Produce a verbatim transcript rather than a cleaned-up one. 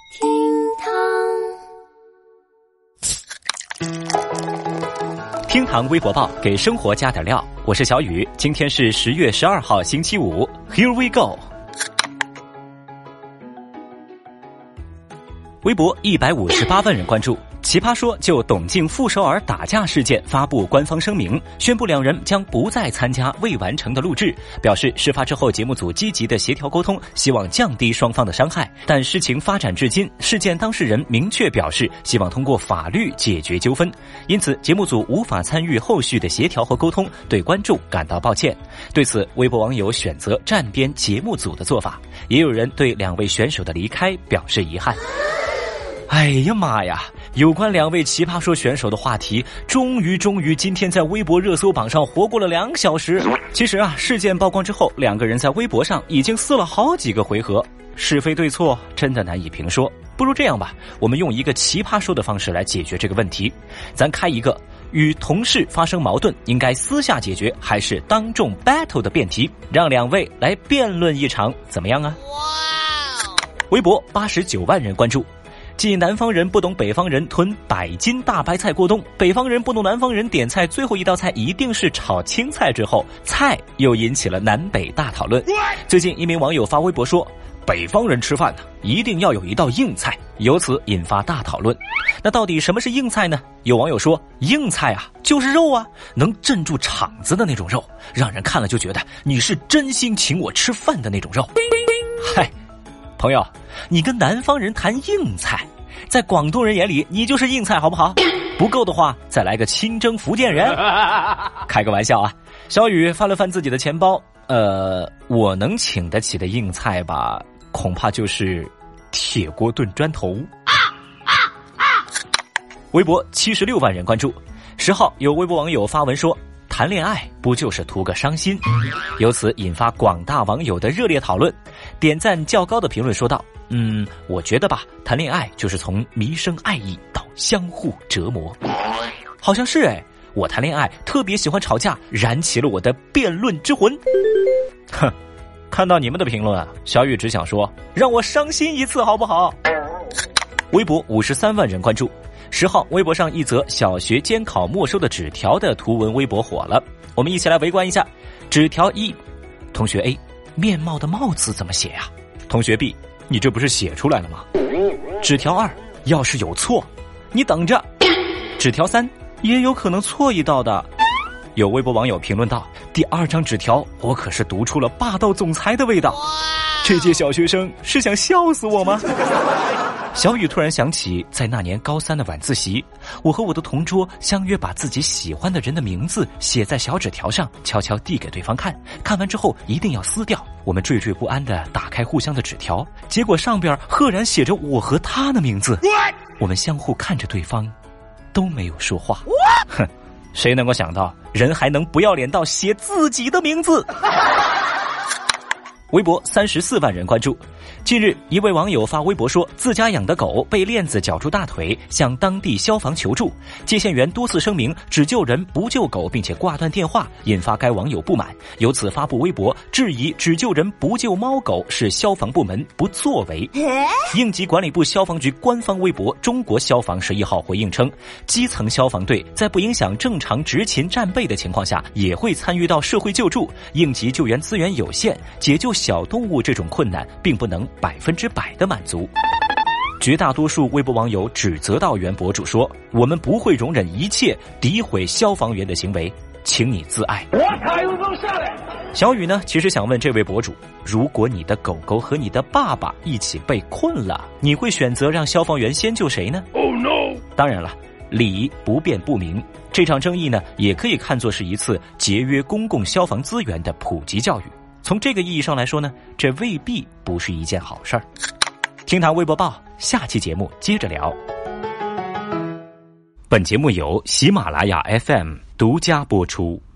厅堂， 厅堂微博报，给生活加点料。我是小雨，今天是十月十二号星期五 Here we go。 微博一百五十八万人关注，奇葩说就董静傅首尔打架事件发布官方声明，宣布两人将不再参加未完成的录制，表示事发之后节目组积极的协调沟通，希望降低双方的伤害。但事情发展至今，事件当事人明确表示希望通过法律解决纠纷，因此节目组无法参与后续的协调和沟通，对观众感到抱歉。对此，微博网友选择站边节目组的做法，也有人对两位选手的离开表示遗憾。哎呀妈呀，有关两位奇葩说选手的话题终于终于今天在微博热搜榜上活过了两小时。其实啊，事件曝光之后，两个人在微博上已经撕了好几个回合，是非对错真的难以评说。不如这样吧，我们用一个奇葩说的方式来解决这个问题。咱开一个与同事发生矛盾应该私下解决还是当众 battle 的辩题，让两位来辩论一场，怎么样啊？哇！微博八十九万人关注。继南方人不懂北方人囤百斤大白菜过冬，北方人不懂南方人点菜最后一道菜一定是炒青菜之后，菜又引起了南北大讨论。最近一名网友发微博说，北方人吃饭呢一定要有一道硬菜，由此引发大讨论。那到底什么是硬菜呢？有网友说，硬菜啊就是肉啊，能镇住场子的那种肉，让人看了就觉得你是真心请我吃饭的那种肉。嗨，朋友，你跟南方人谈硬菜，在广东人眼里你就是硬菜好不好？不够的话再来个清蒸福建人。开个玩笑啊。小雨翻了翻自己的钱包，呃，我能请得起的硬菜吧，恐怕就是铁锅炖砖头。微博七十六万人关注。十号有微博网友发文说，谈恋爱不就是图个伤心？由此引发广大网友的热烈讨论。点赞较高的评论说道，嗯，我觉得吧，谈恋爱就是从弥生爱意到相互折磨。好像是哎，我谈恋爱特别喜欢吵架，燃起了我的辩论之魂。哼，看到你们的评论啊，小雨只想说，让我伤心一次好不好？微博五十三万人关注。十号，微博上一则小学监考没收的纸条的图文微博火了，我们一起来围观一下。纸条一，同学 A， 面貌的貌字怎么写呀？同学 B， 你这不是写出来了吗？纸条二，要是有错，你等着。纸条三，也有可能错一道的。有微博网友评论道，第二张纸条我可是读出了霸道总裁的味道，这届小学生是想笑死我吗？小雨突然想起，在那年高三的晚自习，我和我的同桌相约把自己喜欢的人的名字写在小纸条上，悄悄递给对方看，看完之后一定要撕掉。我们惴惴不安地打开互相的纸条，结果上边赫然写着我和他的名字。我们相互看着对方，都没有说话。哼，谁能够想到人还能不要脸到写自己的名字？微博三十四万人关注。近日，一位网友发微博说，自家养的狗被链子绞住大腿，向当地消防求助。接线员多次声明只救人不救狗，并且挂断电话，引发该网友不满，由此发布微博质疑只救人不救猫狗是消防部门不作为。应急管理部消防局官方微博中国消防十一号回应称，基层消防队在不影响正常执勤战备的情况下，也会参与到社会救助。应急救援资源有限，解救小动物这种困难并不能百分之百的满足。绝大多数微博网友指责到原博主说，我们不会容忍一切诋毁消防员的行为，请你自爱。小雨呢，其实想问这位博主，如果你的狗狗和你的爸爸一起被困了，你会选择让消防员先救谁呢？ Oh no！ 当然了，理不辩不明，这场争议呢，也可以看作是一次节约公共消防资源的普及教育。从这个意义上来说呢，这未必不是一件好事儿。厅堂微博报，下期节目接着聊。本节目由喜马拉雅 F M 独家播出。